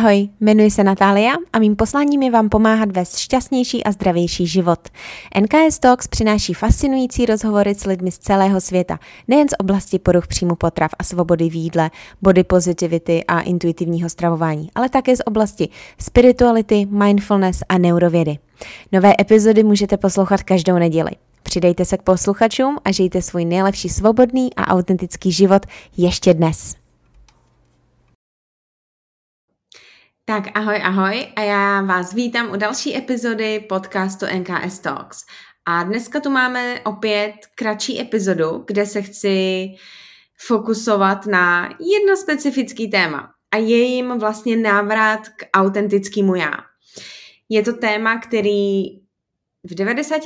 Ahoj, jmenuji se Natália a mým posláním je vám pomáhat vést šťastnější a zdravější život. NKS Talks přináší fascinující rozhovory s lidmi z celého světa, nejen z oblasti poruch příjmu potrav a svobody v jídle, body positivity a intuitivního stravování, ale také z oblasti spirituality, mindfulness a neurovědy. Nové epizody můžete poslouchat každou neděli. Přidejte se k posluchačům a žijte svůj nejlepší svobodný a autentický život ještě dnes. Tak ahoj a já vás vítám u další epizody podcastu NKS Talks. A dneska tu máme opět kratší epizodu, kde se chci fokusovat na jedno specifický téma a je jim vlastně návrat k autentickému já. Je to téma, který v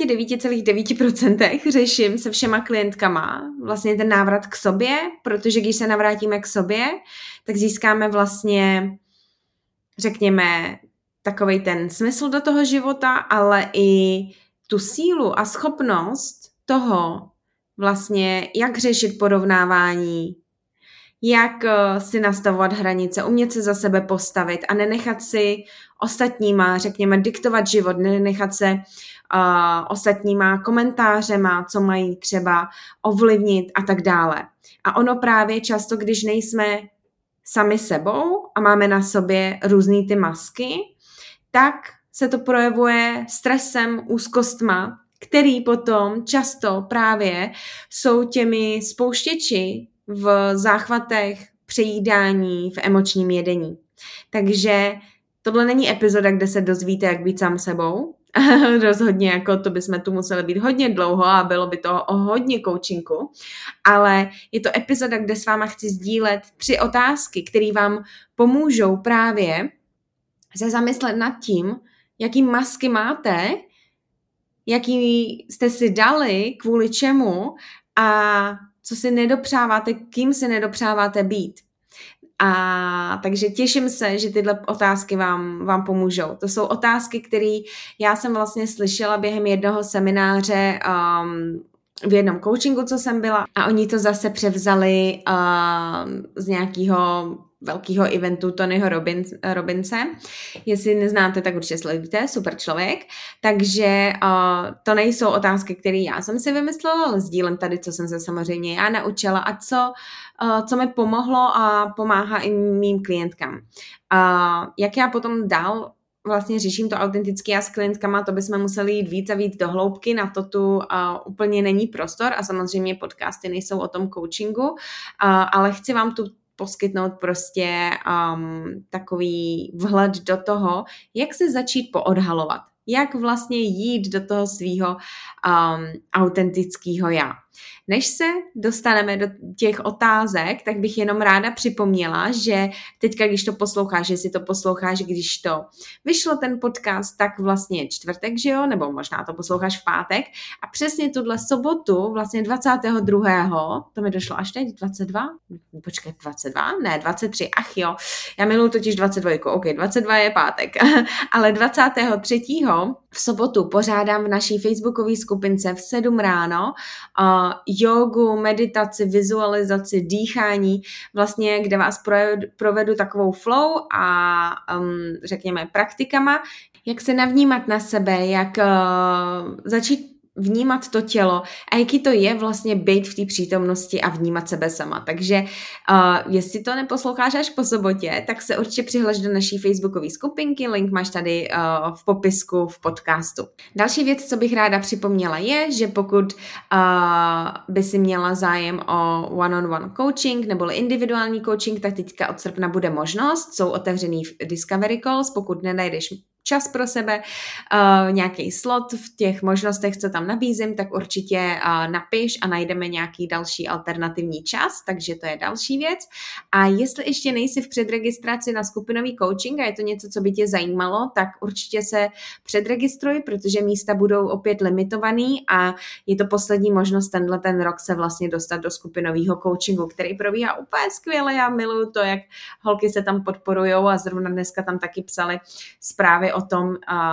99,9% řeším se všema klientkama, vlastně ten návrat k sobě, protože když se navrátíme k sobě, tak získáme vlastně, řekněme, takovej ten smysl do toho života, ale i tu sílu a schopnost toho vlastně, jak řešit porovnávání, jak si nastavovat hranice, umět se za sebe postavit a nenechat si ostatníma, řekněme, diktovat život, nenechat se ostatníma komentářema, co mají třeba ovlivnit a tak dále. A ono právě často, když nejsme sami sebou a máme na sobě různý ty masky, tak se to projevuje stresem, úzkostma, který potom často právě jsou těmi spouštěči v záchvatech, přejídání, v emočním jedení. Takže tohle není epizoda, kde se dozvíte, jak být sám sebou. Rozhodně, jako to bychom tu museli být hodně dlouho a bylo by to o hodně coachinku, ale je to epizoda, kde s váma chci sdílet 3 otázky, které vám pomůžou právě se zamyslet nad tím, jaký masky máte, jaký jste si dali, kvůli čemu a co si nedopřáváte, kým si nedopřáváte být. A takže těším se, že tyhle otázky vám pomůžou. To jsou otázky, které já jsem vlastně slyšela během jednoho semináře v jednom coachingu, co jsem byla, a oni to zase převzali z nějakého velkého eventu Tonyho Robbinse. Jestli neznáte, tak určitě sledujte, super člověk. Takže to nejsou otázky, které já jsem si vymyslela, ale sdílím tady, co jsem se samozřejmě já naučila a co mi pomohlo a pomáhá i mým klientkám. Jak já potom dál vlastně řeším to autenticky a s klientkama, to bychom museli jít víc a víc do hloubky, na to tu úplně není prostor a samozřejmě podcasty nejsou o tom coachingu, ale chci vám tu poskytnout prostě takový vhled do toho, jak se začít poodhalovat, jak vlastně jít do toho svýho autentického já. Než se dostaneme do těch otázek, tak bych jenom ráda připomněla, že teďka, když to posloucháš, že si to posloucháš, když to vyšlo ten podcast, tak vlastně je čtvrtek, že jo, nebo možná to posloucháš v pátek a přesně tuhle sobotu, vlastně 22. to mi došlo až teď, 22? Počkej, 22? Ne, 23, ach jo, já miluji totiž 22, ok, 22 je pátek, ale 23. v sobotu pořádám v naší facebookové skupince v 7 ráno jogu, meditaci, vizualizaci, dýchání, vlastně, kde vás provedu takovou flow a řekněme praktikama, jak se navnímat na sebe, jak začít vnímat to tělo a jaký to je vlastně být v té přítomnosti a vnímat sebe sama. Takže jestli to neposloucháš až po sobotě, tak se určitě přihlaš do naší facebookové skupinky, link máš tady v popisku v podcastu. Další věc, co bych ráda připomněla je, že pokud by si měla zájem o one-on-one coaching nebo individuální coaching, tak teďka od srpna bude možnost, jsou otevřený Discovery Calls, pokud nenajdeš čas pro sebe, nějaký slot v těch možnostech, co tam nabízím, tak určitě napiš a najdeme nějaký další alternativní čas, takže to je další věc. A jestli ještě nejsi v předregistraci na skupinový coaching a je to něco, co by tě zajímalo, tak určitě se předregistruj, protože místa budou opět limitovaný a je to poslední možnost ten rok se vlastně dostat do skupinového coachingu, který probíhá úplně skvěle. Já miluju to, jak holky se tam podporujou a zrovna dneska tam taky psali zprávy o tom,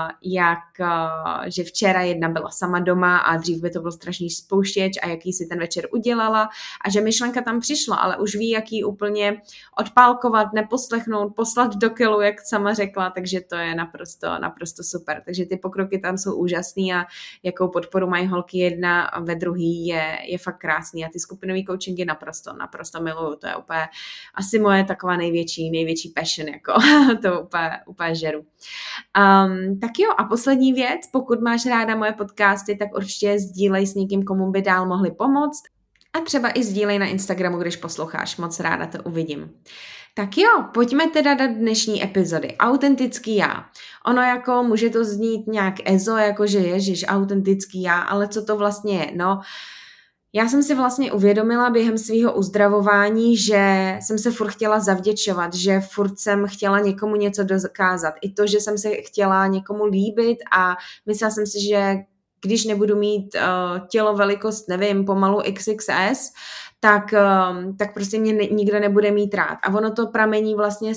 že včera jedna byla sama doma a dřív by to byl strašný spouštěč a jaký si ten večer udělala a že myšlenka tam přišla, ale už ví, jak ji úplně odpálkovat, neposlechnout, poslat do kilu, jak sama řekla, takže to je naprosto super. Takže ty pokroky tam jsou úžasný a jakou podporu mají holky jedna a ve druhý je fakt krásný a ty skupinový coachingy naprosto miluju, to je úplně asi moje taková největší passion, jako to úplně žeru. Tak jo, a poslední věc, pokud máš ráda moje podcasty, tak určitě sdílej s někým, komu by dál mohli pomoct a třeba i sdílej na Instagramu, když posloucháš, moc ráda to uvidím. Tak jo, pojďme teda do dnešní epizody. Autentický já. Ono jako může to znít nějak ezo, jakože ježiš, autentický já, ale co to vlastně je? No, já jsem si vlastně uvědomila během svého uzdravování, že jsem se furt chtěla zavděčovat, že furt jsem chtěla někomu něco dokázat. I to, že jsem se chtěla někomu líbit a myslela jsem si, že když nebudu mít tělo velikost, nevím, pomalu XXS, tak prostě mě nikdo nebude mít rád. A ono to pramení vlastně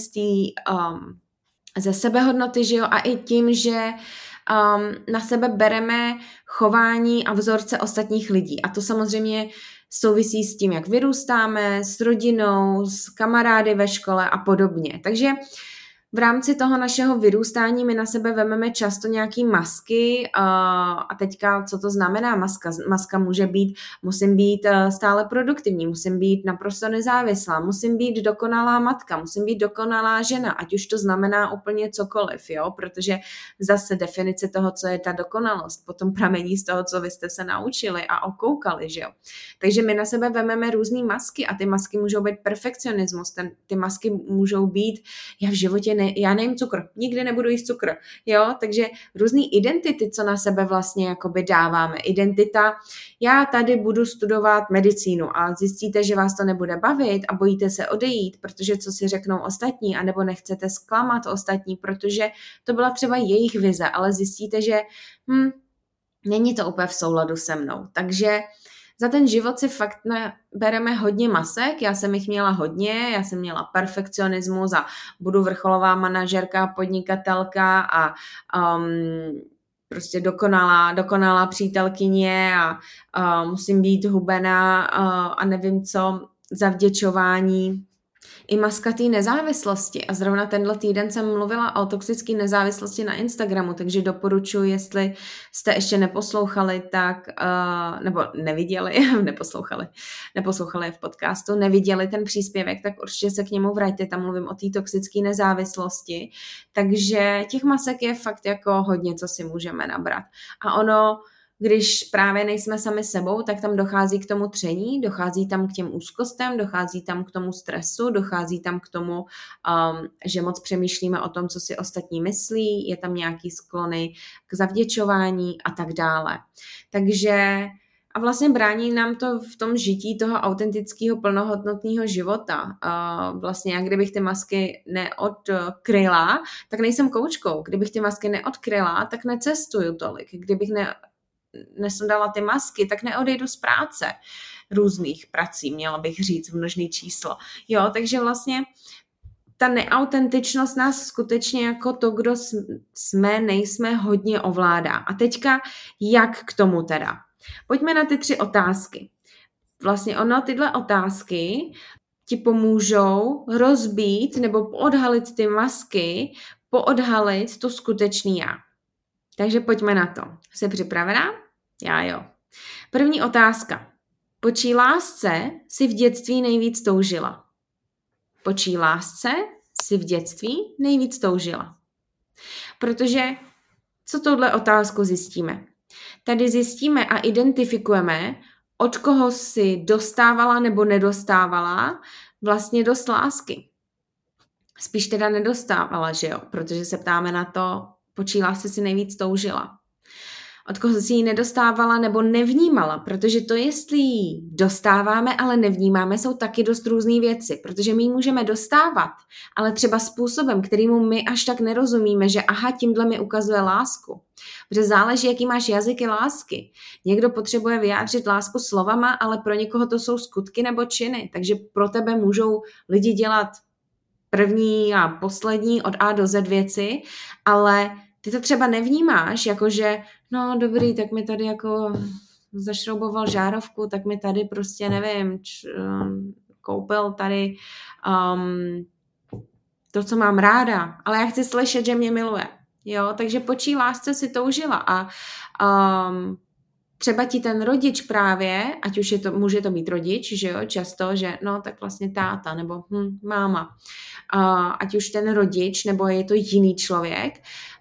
ze sebehodnoty, že jo, a i tím, že na sebe bereme chování a vzorce ostatních lidí. A to samozřejmě souvisí s tím, jak vyrůstáme, s rodinou, s kamarády ve škole a podobně. Takže v rámci toho našeho vyrůstání my na sebe vememe často nějaký masky a teďka, co to znamená maska? Maska může být, musím být stále produktivní, musím být naprosto nezávislá, musím být dokonalá matka, musím být dokonalá žena, ať už to znamená úplně cokoliv, jo, protože zase definice toho, co je ta dokonalost, potom pramení z toho, co vy jste se naučili a okoukali, že jo. Takže my na sebe vememe různý masky a ty masky můžou být perfekcionismus, ty masky můžou být, já v životě já nejím cukr, nikdy nebudu jíst cukr, jo, takže různý identity, co na sebe vlastně jakoby dáváme. Identita, já tady budu studovat medicínu a zjistíte, že vás to nebude bavit a bojíte se odejít, protože co si řeknou ostatní, anebo nechcete zklamat ostatní, protože to byla třeba jejich vize, ale zjistíte, že není to úplně v souladu se mnou. Takže za ten život si fakt bereme hodně masek, já jsem jich měla hodně, já jsem měla perfekcionismus a budu vrcholová manažerka, podnikatelka a prostě dokonalá přítelkyně a musím být hubená a nevím co, zavděčování. I maska té nezávislosti. A zrovna tenhle týden jsem mluvila o toxické nezávislosti na Instagramu, takže doporučuji, jestli jste ještě neposlouchali, tak, nebo neviděli, neposlouchali v podcastu, neviděli ten příspěvek, tak určitě se k němu vraťte, tam mluvím o té toxické nezávislosti. Takže těch masek je fakt jako hodně, co si můžeme nabrat. A ono, když právě nejsme sami sebou, tak tam dochází k tomu tření, dochází tam k těm úzkostem, dochází tam k tomu stresu, dochází tam k tomu, že moc přemýšlíme o tom, co si ostatní myslí, je tam nějaký sklony k zavděčování a tak dále. Takže a vlastně brání nám to v tom žití toho autentického plnohodnotného života. Vlastně jak kdybych ty masky neodkryla, tak nejsem koučkou. Kdybych ty masky neodkryla, tak necestuju tolik. Kdybych nesundala ty masky, tak neodejdu z práce. Různých prací, měla bych říct množný číslo. Jo, takže vlastně ta neautentičnost nás skutečně jako to, kdo nejsme, hodně ovládá. A teďka jak k tomu teda? Pojďme na ty 3 otázky. Vlastně tyhle otázky ti pomůžou rozbít nebo poodhalit ty masky, poodhalit to skutečný já. Takže pojďme na to. Jsi připravená? Já jo. První otázka. Po čí lásce si v dětství nejvíc toužila? Po čí lásce si v dětství nejvíc toužila? Protože co touhle otázku zjistíme? Tady zjistíme a identifikujeme, od koho si dostávala nebo nedostávala vlastně dost lásky. Spíš teda nedostávala, že jo? Protože se ptáme na to, po čí lásce si nejvíc toužila. Od koho si ji nedostávala nebo nevnímala, protože to, jestli ji dostáváme, ale nevnímáme, jsou taky dost různý věci, protože my ji můžeme dostávat, ale třeba způsobem, kterýmu my až tak nerozumíme, že aha, tímhle mi ukazuje lásku. Protože záleží, jaký máš jazyky lásky. Někdo potřebuje vyjádřit lásku slovama, ale pro někoho to jsou skutky nebo činy, takže pro tebe můžou lidi dělat první a poslední od A do Z věci, ale ty to třeba nevnímáš, jakože no dobrý, tak mi tady jako zašrouboval žárovku, tak mi tady prostě nevím, koupil tady to, co mám ráda, ale já chci slyšet, že mě miluje. Jo, takže po čí lásce si toužila a třeba ti ten rodič právě, ať už může to být rodič, že jo, často, že no tak vlastně táta nebo máma, ať už ten rodič nebo je to jiný člověk,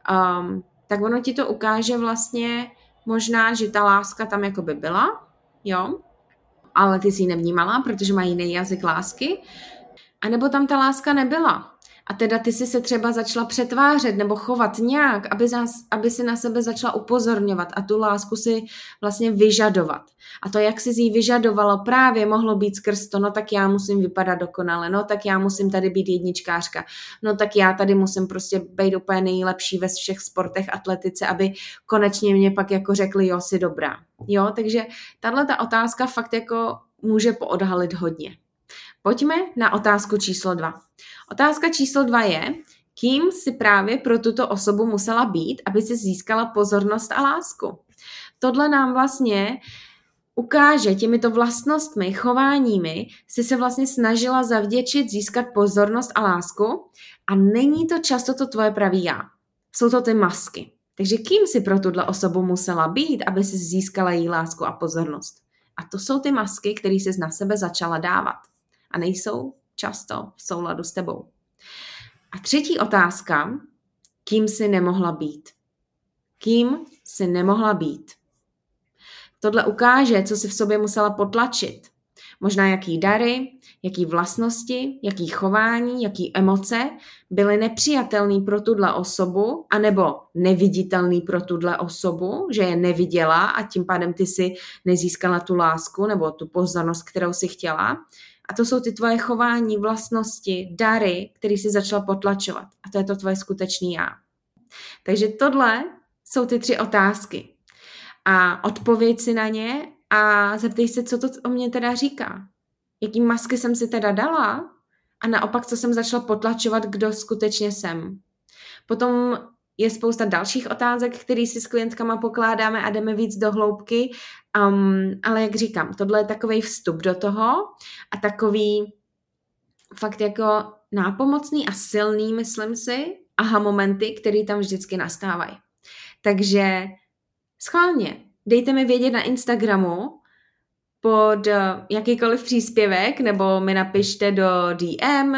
tak ono ti to ukáže vlastně možná, že ta láska tam jakoby byla, jo, ale ty si ji nevnímala, protože má jiný jazyk lásky, anebo tam ta láska nebyla. A teda ty si se třeba začala přetvářet nebo chovat nějak, aby si na sebe začala upozorňovat a tu lásku si vlastně vyžadovat. A to, jak si ji vyžadovalo, právě mohlo být skrz to, no tak já musím vypadat dokonale, no tak já musím tady být jedničkářka, no tak já tady musím prostě být úplně nejlepší ve všech sportech, atletice, aby konečně mě pak jako řekli, jo, jsi dobrá. Jo, takže tato otázka fakt jako může poodhalit hodně. Pojďme na otázku číslo 2. Otázka číslo 2 je, kým si právě pro tuto osobu musela být, aby si získala pozornost a lásku. Tohle nám vlastně ukáže těmito vlastnostmi, chováními, si se vlastně snažila zavděčit, získat pozornost a lásku a není to často to tvoje pravý já. Jsou to ty masky. Takže kým si pro tuto osobu musela být, aby si získala jí lásku a pozornost? A to jsou ty masky, které jsi na sebe začala dávat. A nejsou často v souladu s tebou. A třetí otázka, kým jsi nemohla být? Kým jsi nemohla být? Tohle ukáže, co jsi v sobě musela potlačit. Možná jaký dary, jaký vlastnosti, jaký chování, jaký emoce byly nepřijatelný pro tuhle osobu, anebo neviditelný pro tuhle osobu, že je neviděla a tím pádem ty si nezískala tu lásku nebo tu pozornost, kterou si chtěla. A to jsou ty tvoje chování, vlastnosti, dary, které jsi začala potlačovat. A to je to tvoje skutečný já. Takže tohle jsou ty 3 otázky. A odpověď si na ně a zeptej se, co to o mě teda říká. Jaký masky jsem si teda dala a naopak, co jsem začala potlačovat, kdo skutečně jsem. Potom je spousta dalších otázek, které si s klientkama pokládáme a jdeme víc do hloubky, ale jak říkám, tohle je takovej vstup do toho a takový fakt jako nápomocný a silný, myslím si, aha momenty, které tam vždycky nastávají. Takže schválně, dejte mi vědět na Instagramu pod jakýkoliv příspěvek, nebo mi napište do DM,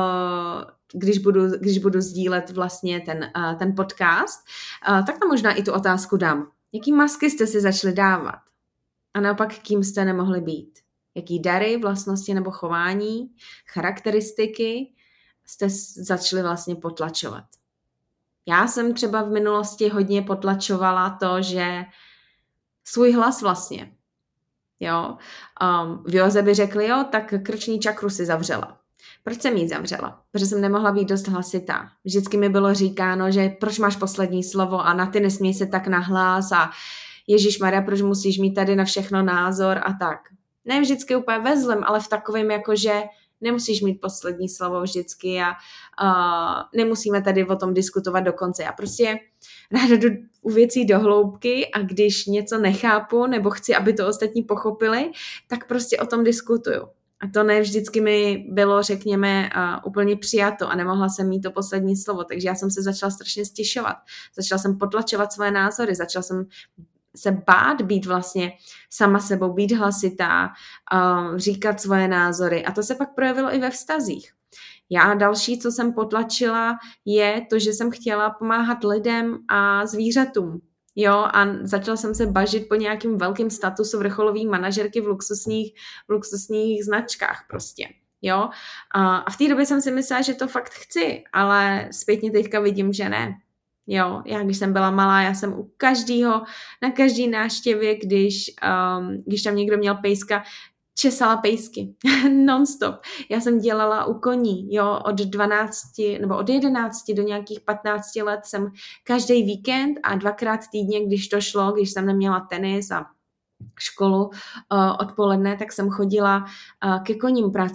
když budu sdílet vlastně ten podcast, tak tam možná i tu otázku dám. Jaký masky jste si začali dávat? A naopak, kým jste nemohli být? Jaký dary, vlastnosti nebo chování, charakteristiky jste začali vlastně potlačovat? Já jsem třeba v minulosti hodně potlačovala to, že svůj hlas vlastně. Jo? V józe by řekli, jo, tak krční čakru si zavřela. Proč jsem ji zavřela? Protože jsem nemohla být dost hlasitá. Vždycky mi bylo říkáno, že proč máš poslední slovo a na ty nesměj se tak nahlas a Ježišmarja, proč musíš mít tady na všechno názor a tak. Ne vždycky úplně ve zlém, ale v takovém jako, že nemusíš mít poslední slovo vždycky a nemusíme tady o tom diskutovat do konce. Já prostě ráda jdu u věcí do hloubky a když něco nechápu nebo chci, aby to ostatní pochopili, tak prostě o tom diskutuju. A to ne vždycky mi bylo, řekněme, úplně přijato a nemohla jsem mít to poslední slovo, takže já jsem se začala strašně stěšovat. Začala jsem potlačovat své názory, začala jsem se bát být vlastně sama sebou, být hlasitá, říkat svoje názory a to se pak projevilo i ve vztazích. Já další, co jsem potlačila, je to, že jsem chtěla pomáhat lidem a zvířatům. Jo, a začala jsem se bažit po nějakým velkým statusu vrcholové manažerky v luxusních značkách prostě. Jo, a v té době jsem si myslela, že to fakt chci, ale zpětně teďka vidím, že ne. Jo, já když jsem byla malá, já jsem u každého, na každý návštěvě, když tam někdo měl pejska, česala pejsky, non-stop. Já jsem dělala u koní, jo, od 12 nebo od 11 do nějakých 15 let jsem každý víkend a 2krát týdně, když to šlo, když jsem neměla tenis a školu odpoledne, tak jsem chodila ke koním pracovat.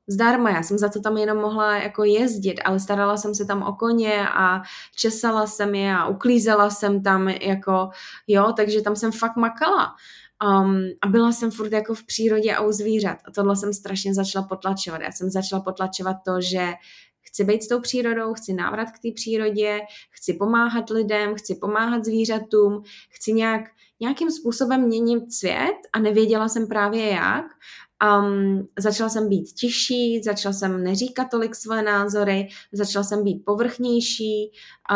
zdarma, já jsem za to tam jenom mohla jako jezdit, ale starala jsem se tam o koně a česala jsem je a uklízela jsem tam jako, jo, takže tam jsem fakt makala. A byla jsem furt jako v přírodě a u zvířat. A tohle jsem strašně začala potlačovat. Já jsem začala potlačovat to, že chci být s tou přírodou, chci návrat k té přírodě, chci pomáhat lidem, chci pomáhat zvířatům, chci nějakým způsobem měnit svět a nevěděla jsem právě jak. Začala jsem být tišší, začala jsem neříkat tolik své názory, začala jsem být povrchnější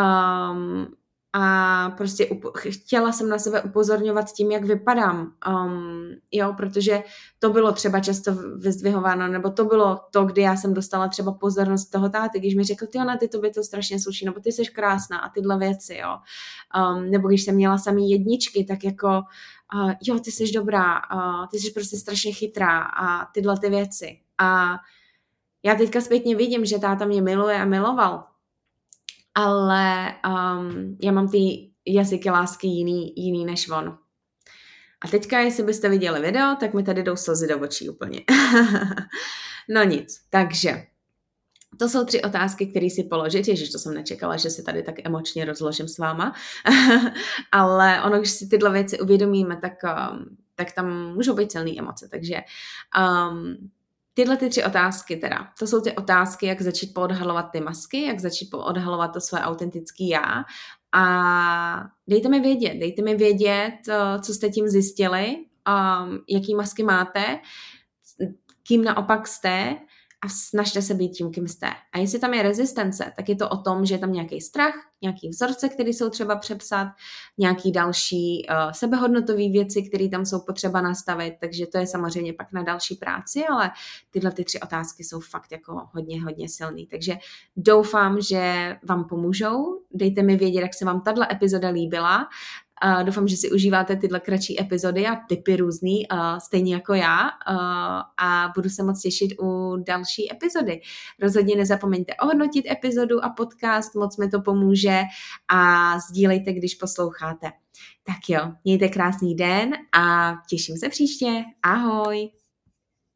a prostě chtěla jsem na sebe upozorňovat tím, jak vypadám, jo, protože to bylo třeba často vyzdvihováno, nebo to bylo to, kdy já jsem dostala třeba pozornost toho táty, když mi řekl, ty Jona, ty tobě to strašně sluší, nebo ty jsi krásná a tyhle věci, jo, nebo když jsem měla samý jedničky, tak jako jo, ty jsi dobrá, ty jsi prostě strašně chytrá a tyhle ty věci. A já teďka zpětně vidím, že táta mě miluje a miloval, ale já mám ty jazyky lásky jiný než on. A teďka, jestli byste viděli video, tak mi tady jdou slzy do očí úplně. No nic, takže to jsou 3 otázky, které si položit. Ježiš, to jsem nečekala, že si tady tak emočně rozložím s váma. Ale ono, když si tyhle věci uvědomíme, tak tam můžou být silné emoce. Takže tyhle ty 3 otázky teda, to jsou ty otázky, jak začít poodhalovat ty masky, jak začít poodhalovat to své autentické já. A dejte mi vědět, co jste tím zjistili, jaký masky máte, kým naopak jste, a snažte se být tím, kým jste. A jestli tam je rezistence, tak je to o tom, že je tam nějaký strach, nějaký vzorce, které jsou třeba přepsat, nějaký další sebehodnotové věci, které tam jsou potřeba nastavit, takže to je samozřejmě pak na další práci, ale tyhle ty 3 otázky jsou fakt jako hodně silný. Takže doufám, že vám pomůžou. Dejte mi vědět, jak se vám tato epizoda líbila. Doufám, že si užíváte tyhle kratší epizody a tipy různý, stejně jako já, a budu se moc těšit u další epizody. Rozhodně nezapomeňte ohodnotit epizodu a podcast, moc mi to pomůže, a sdílejte, když posloucháte. Tak jo, mějte krásný den a těším se příště. Ahoj!